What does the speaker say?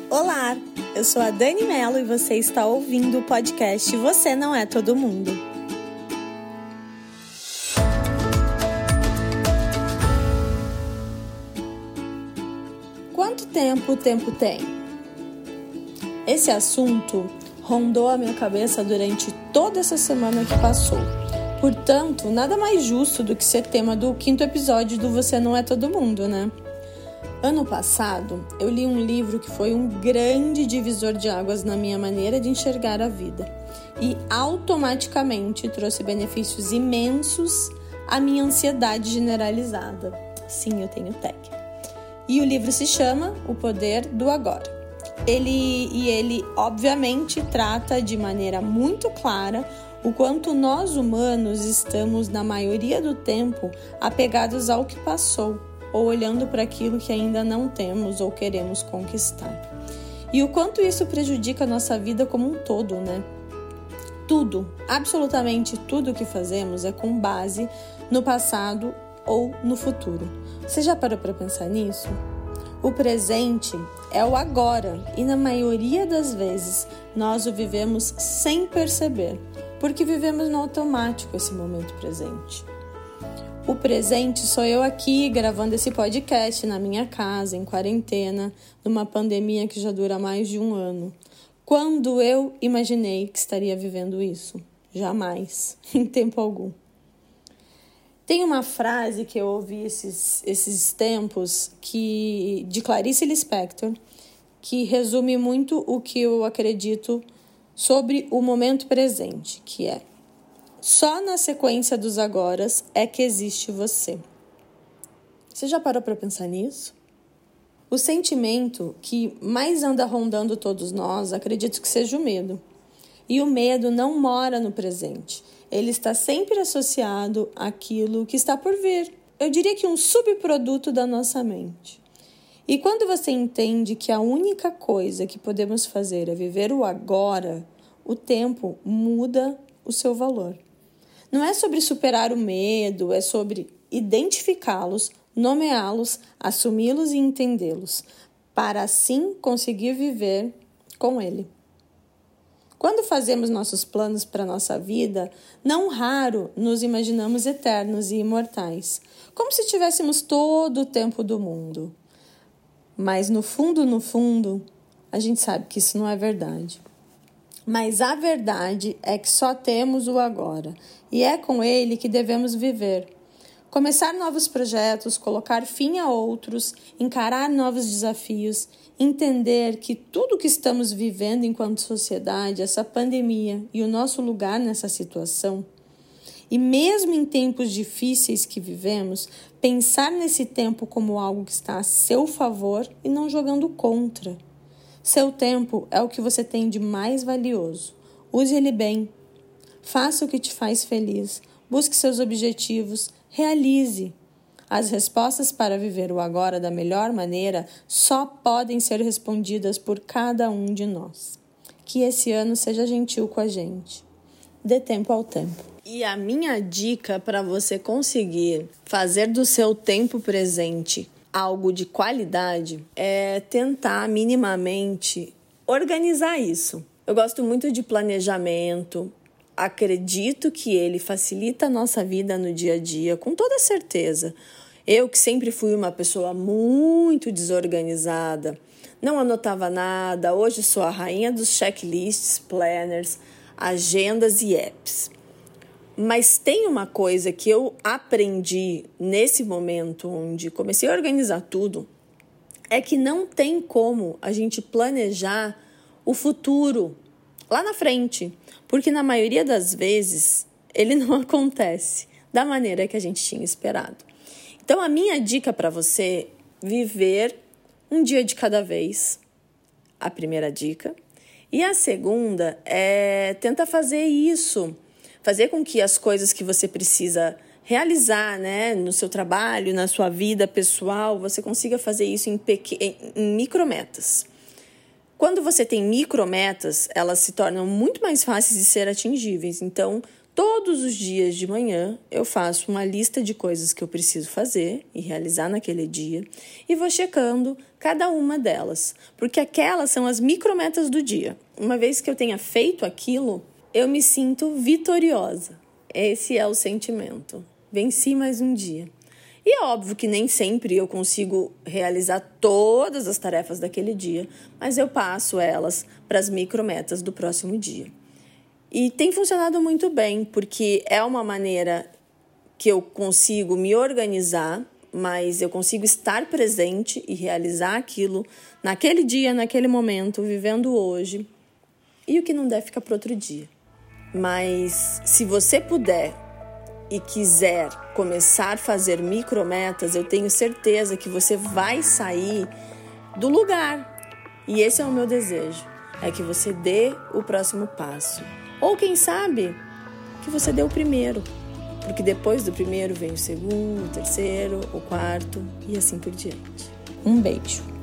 Olá, eu sou a Dani Mello e você está ouvindo o podcast Você Não É Todo Mundo. Quanto tempo o tempo tem? Esse assunto rondou a minha cabeça durante toda essa semana que passou. Portanto, nada mais justo do que ser tema do 5º episódio do Você Não É Todo Mundo, né? Ano passado, eu li um livro que foi um grande divisor de águas na minha maneira de enxergar a vida e automaticamente trouxe benefícios imensos à minha ansiedade generalizada. Sim, eu tenho TEC. E o livro se chama O Poder do Agora. Ele, obviamente, trata de maneira muito clara o quanto nós humanos estamos, na maioria do tempo, apegados ao que passou, ou olhando para aquilo que ainda não temos ou queremos conquistar. E o quanto isso prejudica a nossa vida como um todo, né? Tudo, absolutamente tudo que fazemos é com base no passado ou no futuro. Você já parou para pensar nisso? O presente é o agora e na maioria das vezes nós o vivemos sem perceber, porque vivemos no automático esse momento presente. O presente sou eu aqui gravando esse podcast na minha casa, em quarentena, numa pandemia que já dura mais de 1 ano. Quando eu imaginei que estaria vivendo isso? Jamais, em tempo algum. Tem uma frase que eu ouvi esses tempos de Clarice Lispector, que resume muito o que eu acredito sobre o momento presente, que é: só na sequência dos agoras é que existe você. Você já parou para pensar nisso? O sentimento que mais anda rondando todos nós, acredito que seja o medo. E o medo não mora no presente. Ele está sempre associado àquilo que está por vir. Eu diria que um subproduto da nossa mente. E quando você entende que a única coisa que podemos fazer é viver o agora, o tempo muda o seu valor. Não é sobre superar o medo, é sobre identificá-los, nomeá-los, assumi-los e entendê-los, para assim conseguir viver com ele. Quando fazemos nossos planos para a nossa vida, não raro nos imaginamos eternos e imortais, como se tivéssemos todo o tempo do mundo. Mas no fundo, a gente sabe que isso não é verdade. Mas a verdade é que só temos o agora, e é com ele que devemos viver. Começar novos projetos, colocar fim a outros, encarar novos desafios, entender que tudo que estamos vivendo enquanto sociedade, essa pandemia e o nosso lugar nessa situação, e mesmo em tempos difíceis que vivemos, pensar nesse tempo como algo que está a seu favor e não jogando contra. Seu tempo é o que você tem de mais valioso. Use ele bem. Faça o que te faz feliz. Busque seus objetivos. Realize. As respostas para viver o agora da melhor maneira só podem ser respondidas por cada um de nós. Que esse ano seja gentil com a gente. Dê tempo ao tempo. E a minha dica para você conseguir fazer do seu tempo presente algo de qualidade é tentar minimamente organizar isso. Eu gosto muito de planejamento, acredito que ele facilita a nossa vida no dia a dia, com toda certeza. Eu que sempre fui uma pessoa muito desorganizada, não anotava nada, hoje sou a rainha dos checklists, planners, agendas e apps. Mas tem uma coisa que eu aprendi nesse momento onde comecei a organizar tudo, é que não tem como a gente planejar o futuro lá na frente, porque na maioria das vezes ele não acontece da maneira que a gente tinha esperado. Então a minha dica para você é viver um dia de cada vez, a primeira dica, e a segunda é tentar fazer isso. Fazer com que as coisas que você precisa realizar, né, no seu trabalho, na sua vida pessoal, você consiga fazer isso em micrometas. Quando você tem micrometas, elas se tornam muito mais fáceis de ser atingíveis. Então, Todos os dias de manhã eu faço uma lista de coisas que eu preciso fazer e realizar naquele dia e vou checando cada uma delas, porque aquelas são as micrometas do dia. Uma vez que eu tenha feito aquilo, eu me sinto vitoriosa. Esse é o sentimento. Venci mais um dia. E é óbvio que nem sempre eu consigo realizar todas as tarefas daquele dia, mas eu passo elas para as micrometas do próximo dia. E tem funcionado muito bem, porque é uma maneira que eu consigo me organizar, mas eu consigo estar presente e realizar aquilo naquele dia, naquele momento, vivendo hoje. E o que não der fica para outro dia. Mas se você puder e quiser começar a fazer micrometas, eu tenho certeza que você vai sair do lugar. E esse é o meu desejo, é que você dê o próximo passo. Ou quem sabe que você dê o primeiro, porque depois do primeiro vem o segundo, o terceiro, o quarto e assim por diante. Um beijo!